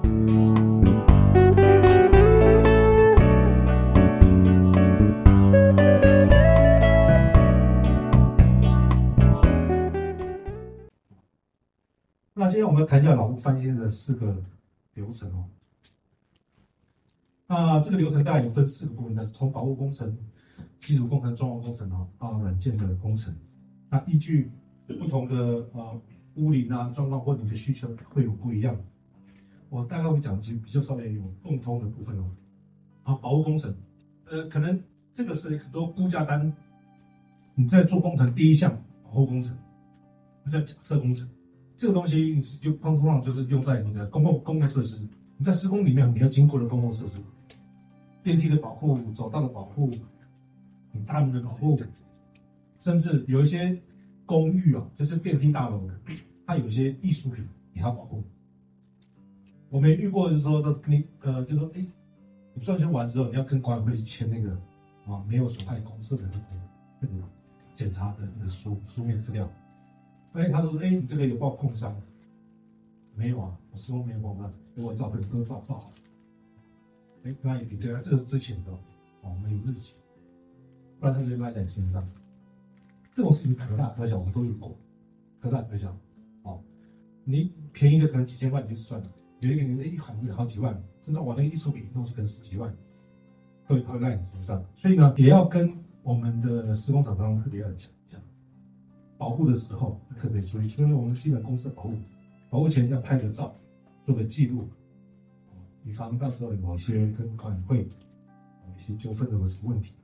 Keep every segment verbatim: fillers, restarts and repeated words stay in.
那现在我们谈一下老屋翻新的四个流程哦。那这个流程大概有分四个部分，那是从保护工程、基础工程、装潢工程哦，到软件的工程。那依据不同的呃屋龄啊状况或你的需求会有不一样。我大概会讲其实比较稍微有共通的部分哦。好，保护工程，呃，可能这个是很多估价单，你在做工程第一项保护工程，叫假设工程。这个东西就通常就是用在你的公共公共设施，你在施工里面你要经过的公共设施，电梯的保护、走道的保护、你大门的保护，甚至有一些公寓啊，就是电梯大楼，它有一些艺术品也要保护。我们也遇过，就是说，你呃，就说，哎，你装修完之后，你要跟管委会去签那个啊，没有损害公司的那个那个检查的那个书书面资料。哎，他说，哎，你这个有没有碰伤？没有啊，我施工没有碰伤，给我照片都照照好。哎，跟他一比对啊，这个是之前的，哦，我们有日期，不然他就赖在你身上。这种事情可大可小，我们都有过，可大可小。哦，你便宜的可能几千万就算了，有一个你一好好几万，甚至我那个艺术品东西可能十几万，会会赖你身上。所以呢，也要跟我们的施工厂商特别要讲一下。保护的时候特别注意，除了我们基本公司保护，保护前要拍个照，做个记录，以防到时候有一些跟管委会有一些纠纷的问题。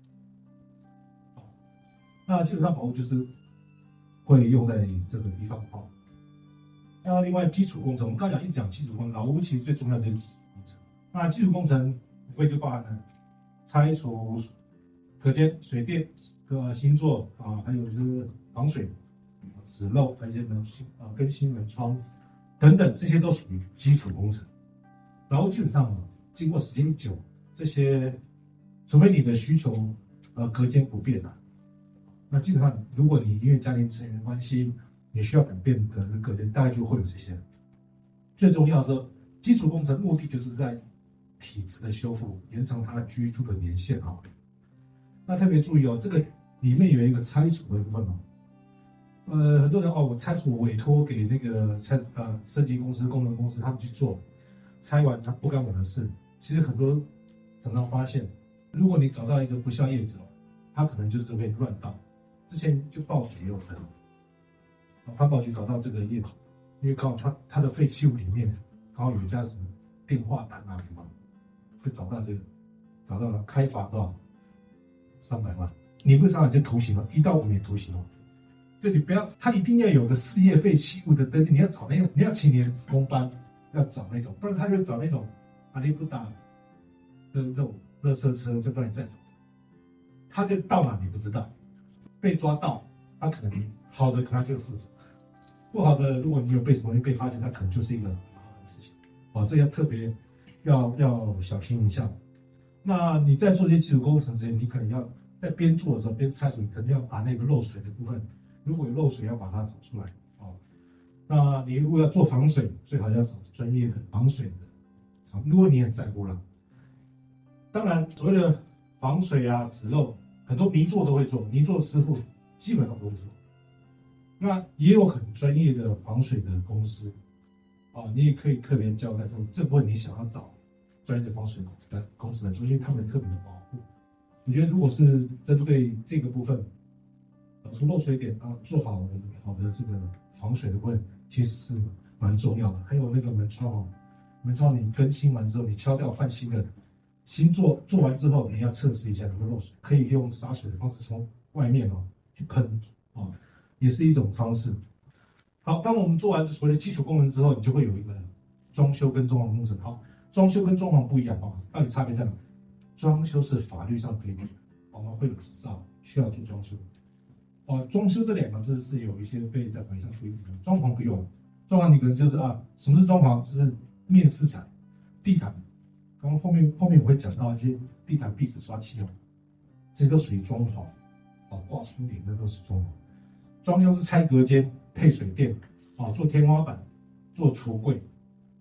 那基本上保护就是会用在这个地方哦。那另外基础工程，我们刚讲一直讲基础工程，老屋其实最重要的就是基础工程。那基础工程会就包含了拆除隔间、水电、呃星座啊，还有是防水、止漏，还有一些门啊更新门窗等等，这些都属于基础工程。然后基本上经过时间久，这些除非你的需求呃隔间不变啊，那基本上如果你因为家庭成员关系，你需要改变的隔间，大概就会有这些。最重要的是，基础工程目的就是在体质的修复，延长它居住的年限啊。那特别注意哦，这个里面有一个拆除的部分哦。呃，很多人哦，我拆除我委托给那个拆呃设计公司、工程公司他们去做，拆完他不干我的事。其实很多常常发现，如果你找到一个不肖业者，他可能就是会乱倒。之前就报警也有人，他报局找到这个业主，因为刚好他他的废弃物里面刚好有一家什么电话单啊什么，会找到这个，找到了开罚多少？三百万，你不上来就徒刑了，一到五年徒刑哦。就你不要，他一定要有个事业废弃物的登记，你要找那种，你要请年工班，要找那种，不然他就找那种阿里不达的这种垃圾车，就帮你载走，他就到哪你不知道，被抓到，他可能好的可能他就负责，不好的如果你有被什么东西被发现，他可能就是一个麻烦的事情，哦，这要特别要要小心一下。那你在做这些基础工程之前，你可能要在边做的时候边拆除，你可能要把那个漏水的部分，如果有漏水要把它找出来哦。那你如果要做防水，最好要找专业的防水的，如果你很在乎了。当然，所谓的防水啊、止漏，很多泥作都会做，泥作师傅基本上都会做。那也有很专业的防水的公司，哦，你也可以特别交代说，这部分你想要找专业的防水的公司来做，因为他们特别的保护。我觉得如果是针对这个部分，从漏水点啊做好好的这个防水的部分，其实是蛮重要的。还有那个门窗哦，门窗你更新完之后，你敲掉换新的，新做做完之后，你要测试一下有没有漏水，可以用洒水的方式从外面哦去喷哦，也是一种方式。好，当我们做完所谓的基础功能之后，你就会有一个装修跟装潢工程。好，装修跟装潢不一样哦，到底差别在哪？装修是法律上规定，我们会有执照，需要做装修。哦，装修这两个字是有一些被在法律上规定的，装潢不用。装潢你可能就是啊，什么是装潢？就是面饰材、地毯。刚刚后面后面我会讲到一些地毯、壁纸、刷漆哦，这些都属于装潢。哦，挂窗帘那都是装潢。装修是拆隔间、配水电，哦，做天花板、做橱柜，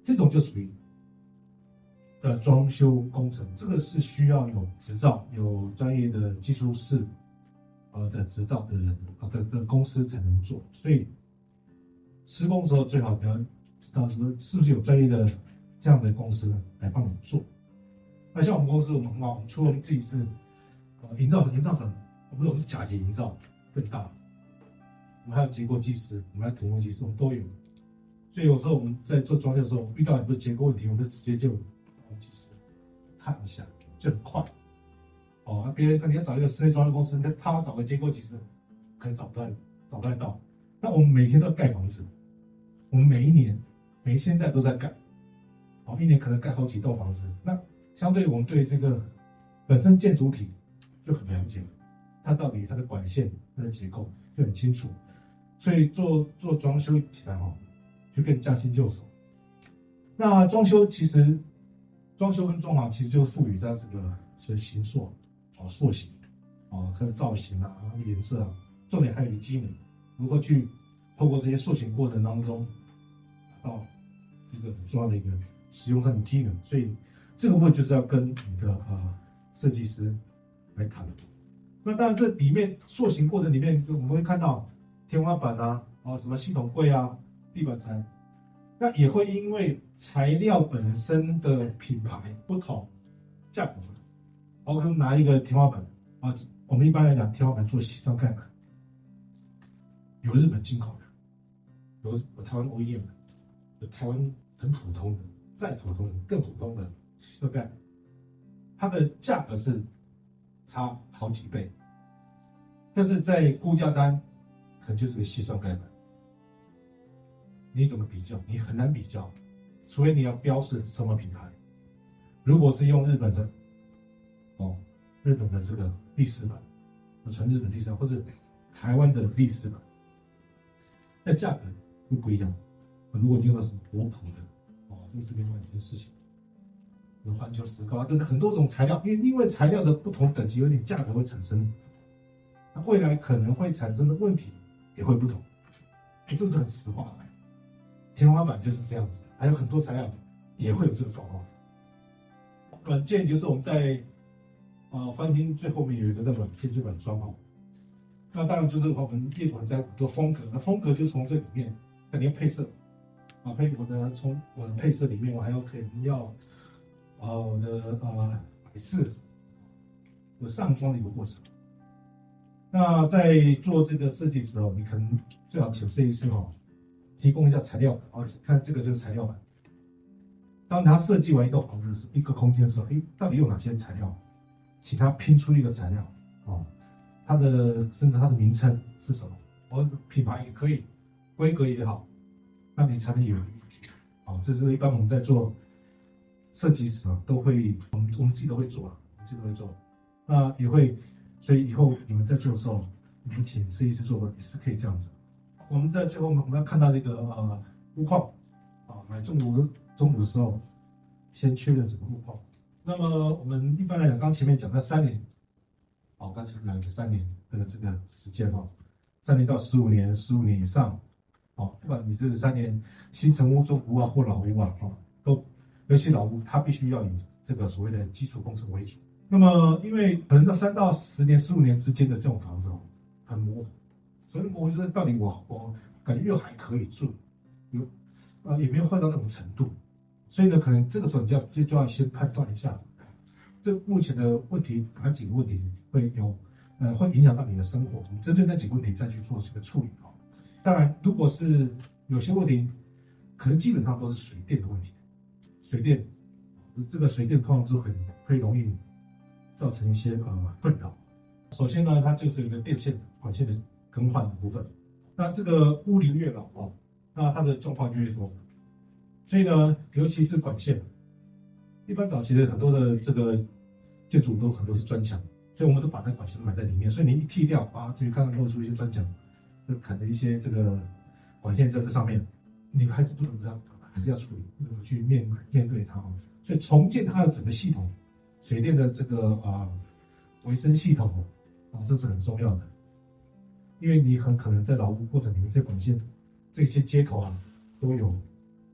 这种就属于呃装修工程，这个是需要有执照、有专业的技术室呃的执照的人啊的的公司才能做。所以施工的时候最好你要知道说是不是有专业的这样的公司来帮你做。那像我们公司，我们很好，我们除了我们自己是呃营造厂，营造厂我们我们是甲级营造更大，我们还有结构技师，我们还有土木技师，我们都有。所以有时候我们在做装修的时候，遇到很多结构问题，我们就直接就技师看一下，就很快。哦，别人可能要找一个室内装修公司，他找个结构技师，可能找不到，找不太到。那我们每天都要盖房子，我们每一年，每现在都在盖，哦，一年可能盖好几栋房子。那相对我们对这个本身建筑体就很了解，它到底它的管线、它的结构就很清楚，所以做做装修起来哈，就更驾轻就熟。那装修其实，装修跟装潢其实就赋予它这个所谓形塑、哦塑形、哦它的造型啊、颜色啊，重点还有一个机能，如何去透过这些塑形过程当中，达到一个很重要的一个使用上的机能。所以这个部分就是要跟你的呃设计师来谈。那当然这里面塑形过程里面，我们会看到天花板啊、哦什么系统柜啊、地板材。那也会因为材料本身的品牌不同，价格不同。我们拿一个天花板啊，我们一般来讲天花板做西装盖板，有日本进口的，有有台湾 O E M 的，有台湾很普通的，再普通的更普通的西装盖板，它的价格是差好几倍，但是在估价单可能就是个西装盖板。你怎么比较？你很难比较，除非你要标示什么品牌。如果是用日本的，哦，日本的这个立式板，纯日本立式板，或者台湾的立式板，那价格会不一样。如果你用的是国普的，哦，这是另外一件事情。有环球石膏啊，等等很多种材料，因为因为材料的不同等级，有点价格会产生，那未来可能会产生的问题也会不同，这是很实话的。天花板就是这样子，还有很多材料也会有这个状况。软件就是我们在呃翻厅最后面有一个这软件，就软装哦。那当然就是我们业主很在乎很多风格，那风格就从这里面，那你要配色啊，配我的从我的配色里面，我还要可能要啊我的呃摆饰，有上妆的一个过程。那在做这个设计的时候，你可能最好请设计师哦。提供一下材料啊，看这个就是材料板。当他设计完一栋房子、一个空间的时候，哎，到底用哪些材料？请他拼出一个材料哦，它的甚至它的名称是什么？我品牌也可以，规格也好，那你才能有依据啊。这是一般我们在做设计时啊，都会我们我们自己都会做啊，我们自己都会做。那也会，所以以后你们在做的时候，你们请设计师做也是可以这样子。我们在最后我们要看到那个呃路况啊，买中午中午的时候先确认整个路况。那么我们一般来讲，刚前面讲的三年，好，刚才讲的三年的这个时间哦，三年到十五年，十五年以上，哦，不管你是三年新成屋、中古屋啊或老屋啊，哦，都尤其老屋，它必须要以这个所谓的基础工程为主。那么因为可能到三到十年、十五年之间的这种房子哦，很模糊。所以我觉得到底我我感觉又还可以住，有呃也没有坏到那种程度，所以呢，可能这个时候你就要就就要先判断一下，这目前的问题哪几个问题会有呃会影响到你的生活，我们针对那几个问题再去做这个处理哦。当然，如果是有些问题，可能基本上都是水电的问题，水电这个水电通常是很会容易造成一些呃困扰。首先呢，它就是一个电线管线的更换的部分，那这个屋龄越老哦，那它的状况就越多，所以呢，尤其是管线，一般早期的很多的这个建筑都很多是砖墙，所以我们都把那管线埋在里面，所以你一剔掉啊，就看到露出一些砖墙，就砍的一些这个管线在这上面，你还是不能这样，还是要处理，去面面对它哦。所以重建它的整个系统，水电的这个啊维生系统哦，这是很重要的。因为你很可能在老屋或者你们这管线这些接头啊都有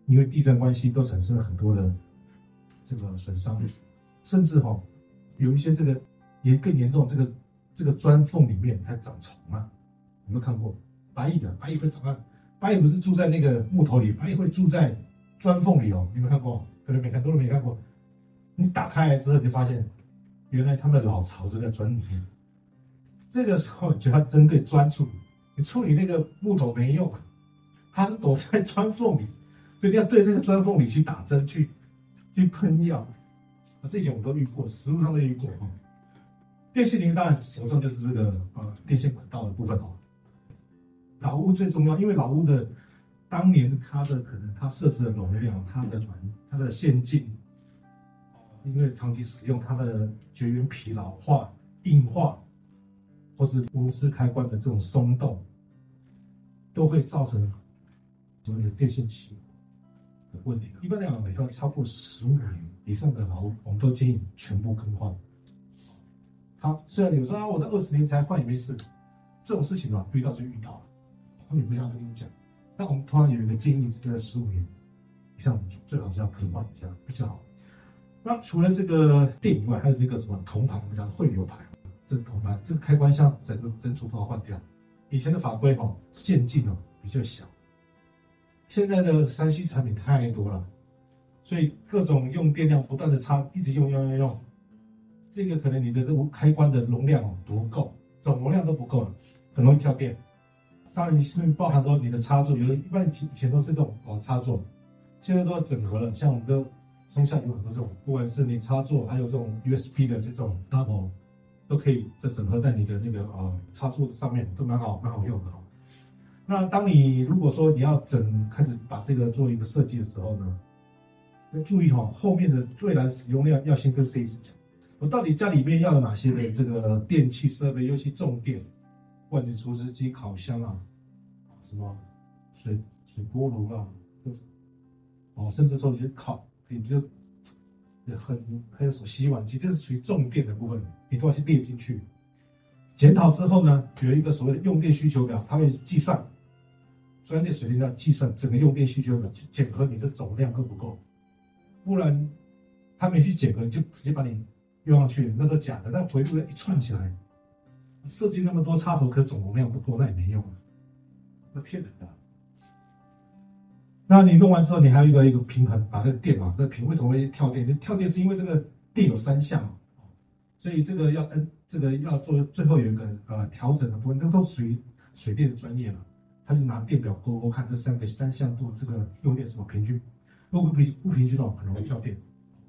因为地震关系都产生了很多的这个损伤，甚至哈、哦、有一些这个也更严重，这个这个砖缝里面还长虫啊，有没有看过？白蚁的白蚁会长啊，白蚁不是住在那个木头里，白蚁会住在砖缝里哦，你有没有看过？可能没看，很多人没看过。你打开来之后，你就发现原来他们的老巢就在砖里面。这个时候你就要针对砖处理，你处理那个木头没用，它是躲在砖缝里，所以你要对那个砖缝里去打针，去去喷药。啊，这些我们都遇过，实物上都遇过啊。电线里面当然手上就是这个呃电线管道的部分哦。老屋最重要，因为老屋的当年它的可能它设置的容量、它的软、它的线径，因为长期使用，它的绝缘皮老化、硬化，或是钨丝开关的这种松动，都会造成所谓的电线起火的问题。一般来讲，每段超过十五年以上的老屋，我们都建议全部更换。好，虽然有时候、啊、我到二十年才换也没事，这种事情啊，遇到就遇到了，我也没办法跟你讲。但我们通常有一个建议，是在十五年以上，最好是要更换一下比较好。那除了这个电以外，还有那个什么铜盘，我们讲汇流盘，这个铜盘这个开关箱整个整组都要换掉。以前的法规哦，线径哦比较小，现在的三 C 产品太多了，所以各种用电量不断的插，一直用用用用。这个可能你的这个开关的容量哦不够，总容量都不够了，很容易跳电。当然，你是包含说你的插座，有的一般以前都是这种哦插座，现在都要整合了。像我们的松下有很多这种，不管是你插座，还有这种 U S B 的这种插头，都可以这整合在你的那个呃插座上面，都蛮好蛮好用的哦。那当你如果说你要整开始把这个做一个设计的时候呢，要注意哈、哦，后面的未来使用量要先跟设计师讲。我到底家里面要有哪些的这个电器设备，尤其重电，不管是除湿机、烤箱啊，什么水水波炉啊，哦，甚至说你就烤，你就很还有什么洗碗机，这是属于重电的部分，你都要去列进去。检讨之后呢，有一个所谓的用电需求表，它会计算，专业水电要计算整个用电需求表，去检核你这总量够不够，不然他没去检核，就直接把你用上去，那都假的。但回路一串起来，设计那么多插头，可总容量不够，那也没用，那骗人的。那你弄完之后，你还有一个一个平衡，把这个电啊，这个屏为什么会跳电？跳电是因为这个电有三项，所以这个要跟这个要做最后有一个呃调整的部分，这都属于水电的专业了。他就拿电表勾勾看这三个三项度这个用电什么平均，如果不平不平均的话，很容易跳电。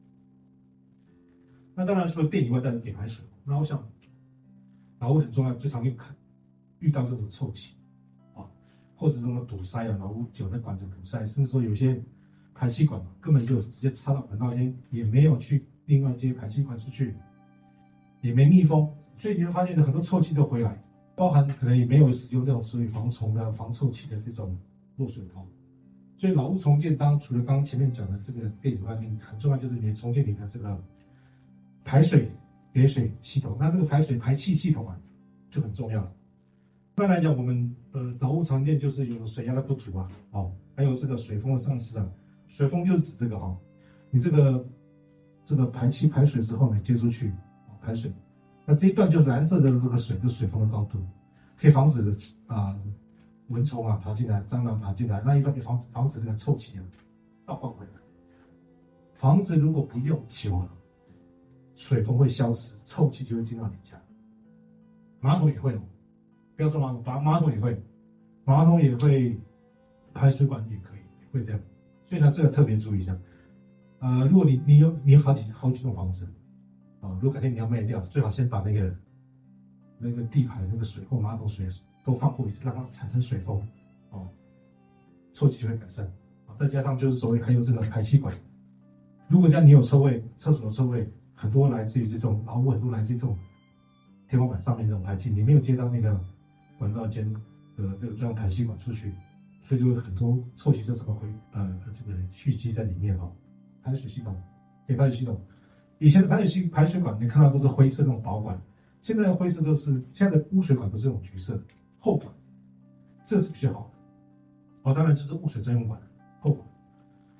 那当然除了电以外，再给排水。那我想，老屋很重要，最常用看遇到这种臭气啊，或者什么堵塞啊，老屋久的管子堵塞，甚至说有些排气管根本就直接插到管道间，也没有去另外接排气管出去，也没密封，所以你会发现很多臭气都回来，包含可能也没有使用这种属于防虫的、防臭气的这种落水头。所以老屋重建，当除了刚刚前面讲的这个电以外，你很重要就是你重建你的这个排水、给水系统。那这个排水排气系统啊，就很重要了。一般来讲，我们呃老屋常见就是有水压的不足啊，哦，还有这个水封的丧失啊。水封就是指这个哈、哦，你这个这个排气排水之后呢，接出去排水，那这一段就是蓝色的这个水，就是水封的高度，可以防止的啊、呃、蚊虫啊爬进来，蟑螂爬进来，那一般就防防止这个臭气啊倒灌回来。房子如果不用久了，水封会消失，臭气就会进到你家。马桶也会哦，不要说马桶，马马桶也会，马桶也会，排水管也可以，也会这样。所以呢，这个特别注意一下。呃，如果你你有你有好几好几栋房子，啊、呃，如果改天你要卖掉，最好先把那个那个地排那个水或马桶水都放过一次，让它产生水封，哦，臭气就会改善。啊，再加上就是所谓还有这个排气管，如果家你有臭味，厕所的臭味很多来自于这种老屋，很多来自于这种天花板上面这种排气，你没有接到那个管道间的这个专用排气管出去，所以就会很多臭气就怎么会呃这个蓄积在里面哦。排水系统，对排水系统，以前的排水系排水管你看到都是灰色那种薄管，现在的灰色都是现在的污水管都是这种橘色的厚管，这是比较好的。哦，当然这是污水专用管厚管。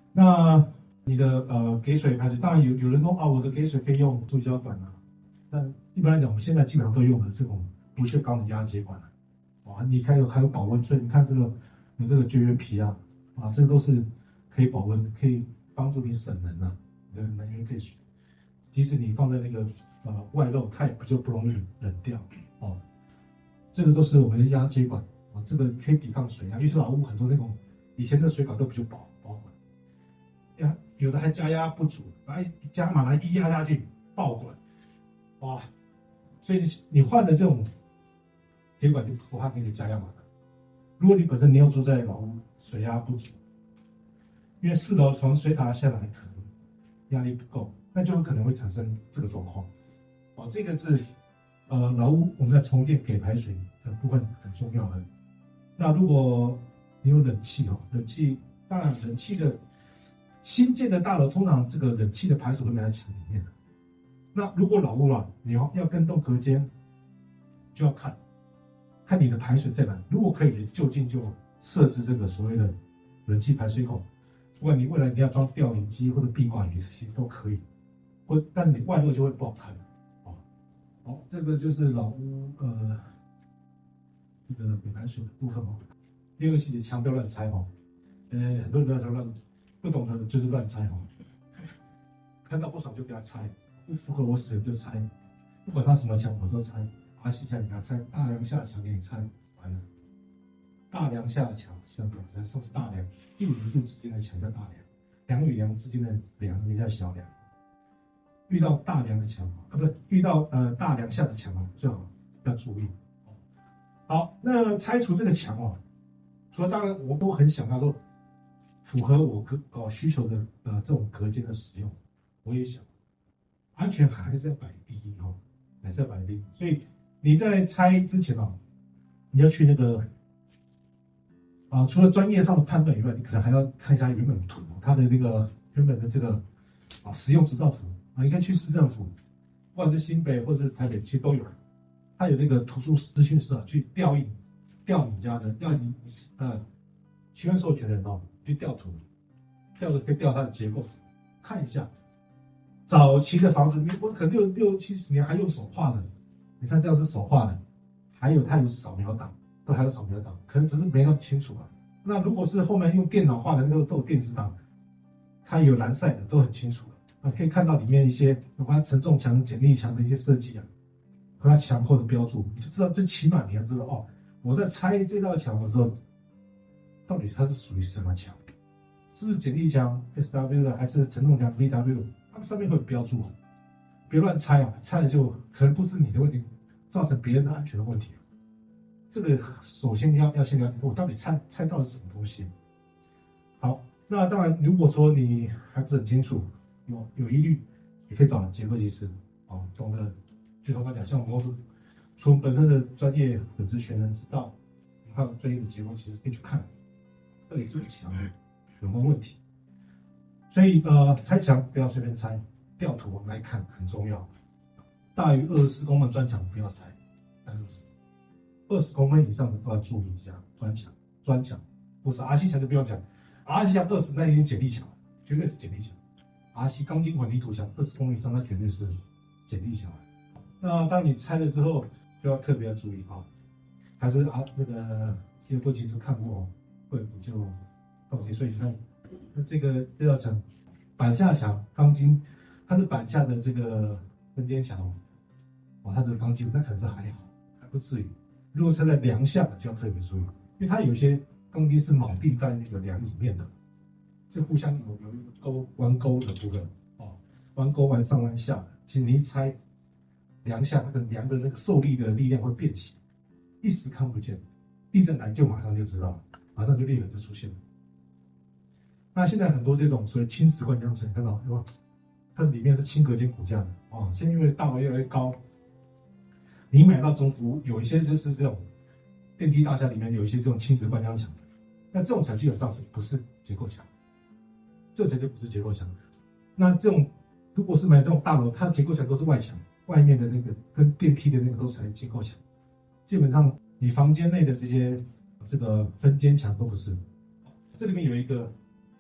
那你的呃给水排水，当然有有人说啊，我的给水可以用塑胶管啊，但一般来讲，我们现在基本上都用的这种不锈钢的压接管啊。哇，你看有还有保温，所以你看这个有这个绝缘皮啊，啊，这个都是可以保温，可以帮助你省能啊，你的能源可以，即使你放在那个呃外露，它也不就不容易冷掉哦。这个都是我们的压接管啊，这个可以抵抗水压，因为老屋很多那种以前的水管都比较薄薄管，呀，有的还加压不足，来加马来一压下去爆管，哇，所以你换的这种铁管就不怕给你加压马达。如果你本身你又住在老屋，水压不足，因为四楼从水塔下来可能压力不够，那就有可能会产生这个状况。哦，这个是呃老屋我们在重建给排水的部分很重要的。那如果你有冷气哦，冷气当然冷气的新建的大楼通常这个冷气的排水都没在墙里面的。那如果老屋啊，你要要跟动隔间，就要看看你的排水在哪。如果可以，就近就设置这个所谓的冷气排水孔。不管你未来你要装吊饮机或者壁挂仪器都可以，或但是你外露就会不好看。哦，好，这个就是老屋呃这个给排水的部分哦。第二个细节，墙不要乱拆哦。呃，很多人都乱不懂的就是乱拆哦。看到不爽就给他拆，不符合我使用就拆，不管他什么墙我都拆。阿西墙给他拆，大梁下的墙给你拆，完了。大梁下的墙，像表示什么是大梁？一米数之间的墙叫大梁，梁与梁之间的梁也叫小梁。遇到大梁的墙啊，不是遇到呃大梁下的墙啊，最好要注意。好，那拆除这个墙哦，除了当然我都很想要说符合我隔哦需求的呃这种隔间的使用，我也想安全还是要摆第一哦，还是要摆第一。所以你在拆之前啊，你要去那个。啊，除了专业上的判断以外，你可能还要看一下原本的图，它的那个原本的这个啊使用指导图啊，你可以去市政府，不管是新北或者是台北，其实都有，它有那个图书资讯室啊，去调印调你家的，要你呃询问授权人哦，去调图，调的可以调它的结构，看一下早期的房子，你我可能六六七十年还用手画的，你看这样是手画的，还有它有扫描档。都还有扫描档，可能只是没那么清楚啊。那如果是后面用电脑画的，那个都有电子档，它有蓝晒的，都很清楚啊，可以看到里面一些有关承重墙、剪力墙的一些设计啊，和它墙后的标注，你就知道，最起码你要知道哦，我在拆这道墙的时候，到底它是属于什么墙，是不是剪力墙 S W 的，还是承重墙 V W， 它们上面会有标注啊，别乱拆啊，拆了就可能不是你的问题，造成别人的安全的问题。这个首先要要先了解我到底拆拆到的是什么东西。好，那当然，如果说你还不是很清楚，有有疑虑，也可以找结构技师，哦，懂得，就像我刚讲，像我们从本身的专业本职学能知道，还有专业的结构技师可以去看，到底这个墙有没有问题。所以呃，拆墙不要随便拆，调图来看很重要。大于二十四公分砖墙不要拆，二十。二十公分以上的都要注意一下，砖墙、砖墙，不是 R C 墙就不用讲 ，R C 墙二十那已经剪力墙了，绝对是剪力墙。R C 钢筋混凝土墙二十公分以上，那绝对是剪力墙。那当你拆了之后，就要特别要注意啊，还是啊这个结构其实看过，会你就放心。所以你看，那这个这道墙，板下墙钢筋，它是板下的这个分间墙，哦，它的钢筋那可能是还好，还不至于。如果是在梁下的就要特别注意，因为它有些钢筋是铆定在那个梁里面的，是互相有有一个钩弯钩的部分哦，弯钩弯上弯下的。其实你一拆梁下，它的梁的那个受力的力量会变形，一时看不见，地震来就马上就知道了，马上就裂痕就出现了。那现在很多这种所谓轻瓷灌浆层，看到对吧？它里面是轻隔间骨架的哦，现在因为大楼越来越高。你买到中古有一些就是这种电梯大厦里面有一些这种轻质灌浆墙，那这种墙基本上是不是结构墙？这绝对不是结构墙。那这种如果是买这种大楼，它结构墙都是外墙，外面的那个跟电梯的那个都是结构墙。基本上你房间内的这些这个分间墙都不是。这里面有一个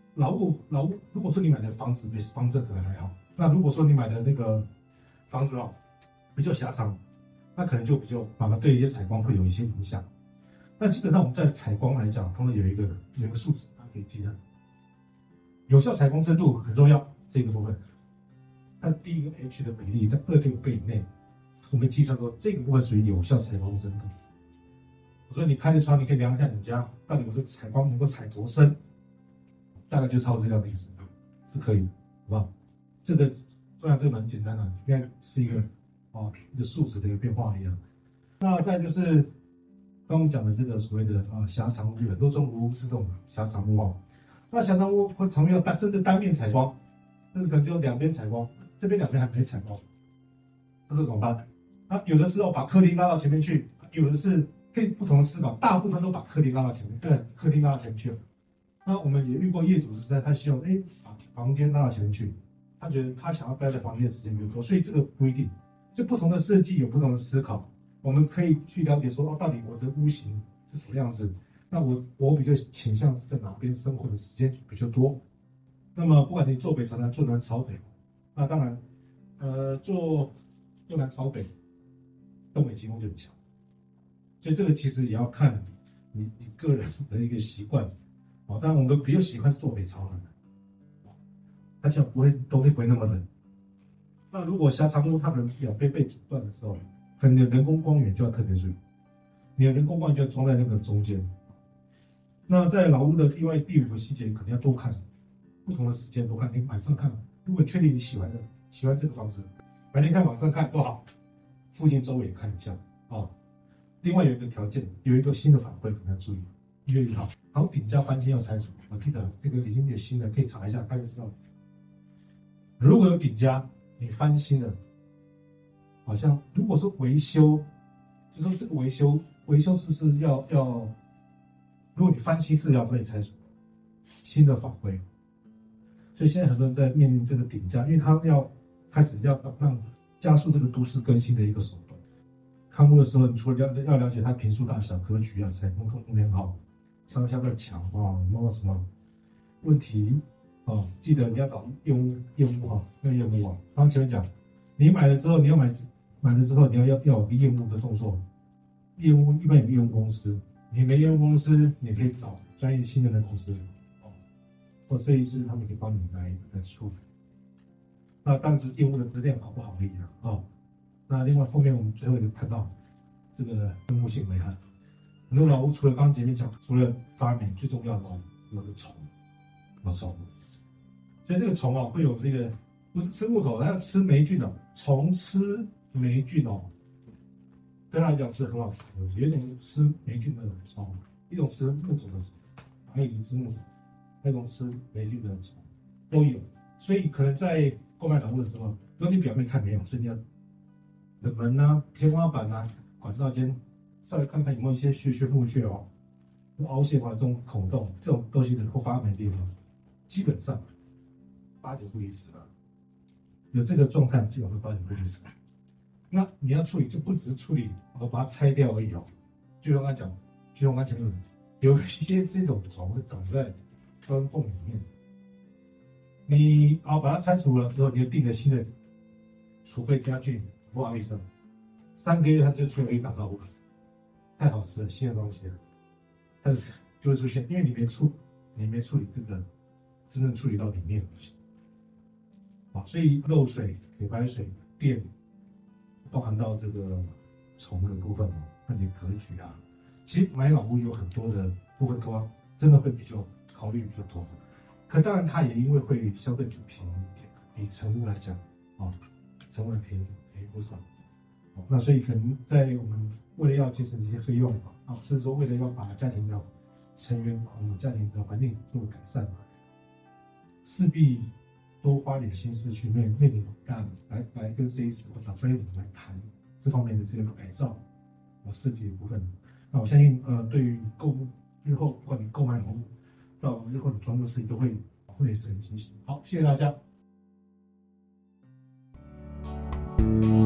老屋老屋，如果说你买的房子对方正可能还好，那如果说你买的那个房子哦比较狭长，那可能就比较反而对一些采光会有一些影响。那基本上我们在采光来讲，通常有一个有一个数值，大家可以记得，有效采光深度很重要，这个部分，它第一个 H 的比例在二点五倍以内，我们计算说这个部分属于有效采光深度。所以你开的窗，你可以量一下你家到底我这个采光能够采多深，大概就超过这样的意思，是可以的，好不好？这个虽然这个蛮简单的，应该是一个啊一个数值的一个变化一样。那再就是刚刚讲的这个所谓的啊狭长屋，很多中古屋是这种狭长屋哦。那狭长屋会常用单甚至单面采光，甚至可能只有两边采光，这边两边还没采光，那这怎么办？那有的时候把客厅拉到前面去，有的是可以不同的思考，大部分都把客厅拉到前面，对，客厅拉到前面去了。那我们也遇过业主是在他希望哎把房间拉到前面去，他觉得他想要待在房间的时间比较多，所以这个不一定，就不同的设计有不同的思考。我们可以去了解说，哦，到底我的屋型是什么样子？那我我比较倾向是在哪边生活的时间比较多。那么不管你坐北朝南、坐南朝北，那当然，呃，坐坐南朝北，东北季风就很强。所以这个其实也要看你你个人的一个习惯。哦，当然我们比较喜欢坐北朝南的，它这样不会冬天不会那么冷。那如果狭长屋它的两边被阻断的时候，可能你的人工光源就要特别注意，你的人工光源就要装在那个中间。那在老屋的另外第五个细节，可能要多看，不同的时间多看。你晚上看，如果确定你喜欢的，喜欢这个房子，白天看晚上看都好，附近周围也看一下啊。哦，另外有一个条件，有一个新的反馈可能要注意。一月一号，好顶加翻新要拆除，我记得这个已经有新的，可以查一下，大概知道。如果有顶加，你翻新了，好像如果说维修，就说这个维修维修是不是要要，如果你翻新是要被拆除，新的法规。所以现在很多人在面临这个顶加，因为他要开始要让加速这个都市更新的一个手段。看屋的时候，你除了要要了解它坪数大小、格局啊、采光控制良好，上下不墙啊，有没有什么问题啊？记得你要找验屋验屋哈，要验屋啊。刚刚前面讲，你买了之后，你要买买了之后，你要要要有个验屋的动作。验屋一般有验屋公司，你没验屋公司，你可以找专业信任的公司哦，或设计师他们可以帮你来来处理。那当然是验屋的质量好不好而已啊。哦，那另外后面我们最后有看到这个生物性危害。很多老屋除了刚刚前面讲，除了发霉，最重要的哦，有个虫，有虫。所以这个虫哦，会有这个不是吃木头，它要吃霉菌哦。虫吃霉菌哦，对它来讲是很好吃的。有一种是吃霉菌的虫，一种吃木头的虫，蚂蚁吃木头，那种吃霉菌的虫都有。所以可能在购买老屋的时候，如果你表面看没有，所以你要的门啊、天花板啊、管道间稍微看看有没有一些屑屑、木屑哦、凹陷啊这种孔洞，这种东西能够发霉的地方，基本上八九不离十了。有这个状态，基本上八九不离十。那你要处理，就不只是处理我把它拆掉而已哦。就像我刚才讲，就像我刚才讲，有一些这种虫是长在砖缝里面。你啊把它拆除了之后，你就订了新的储备家具，不好意思，三个月它就出来给你打招呼了，太好吃了，新的东西了，它就会出现，因为你没处你没处理这个真正处理到里面的东西，啊，所以漏水、铁排水、电，包含到这个虫的部分哦，那你格局啊，其实买老屋有很多的部分都要真的会比较考虑比较多。可当然，它也因为会相对比较便宜一点，比成屋来讲，啊，成屋的便宜便宜不少，哦，那所以可能在我们为了要节省这些费用啊，甚至说为了要把家庭的成员、我们家庭的环境做改善，势必多花点心思去面面临干来来跟设计师或者专业人来谈这方面的这个改造和设计的部分。那我相信，呃，对于购物日后，不管你购买楼屋，到日后的装修设计都会会是很清晰。好，谢谢大家。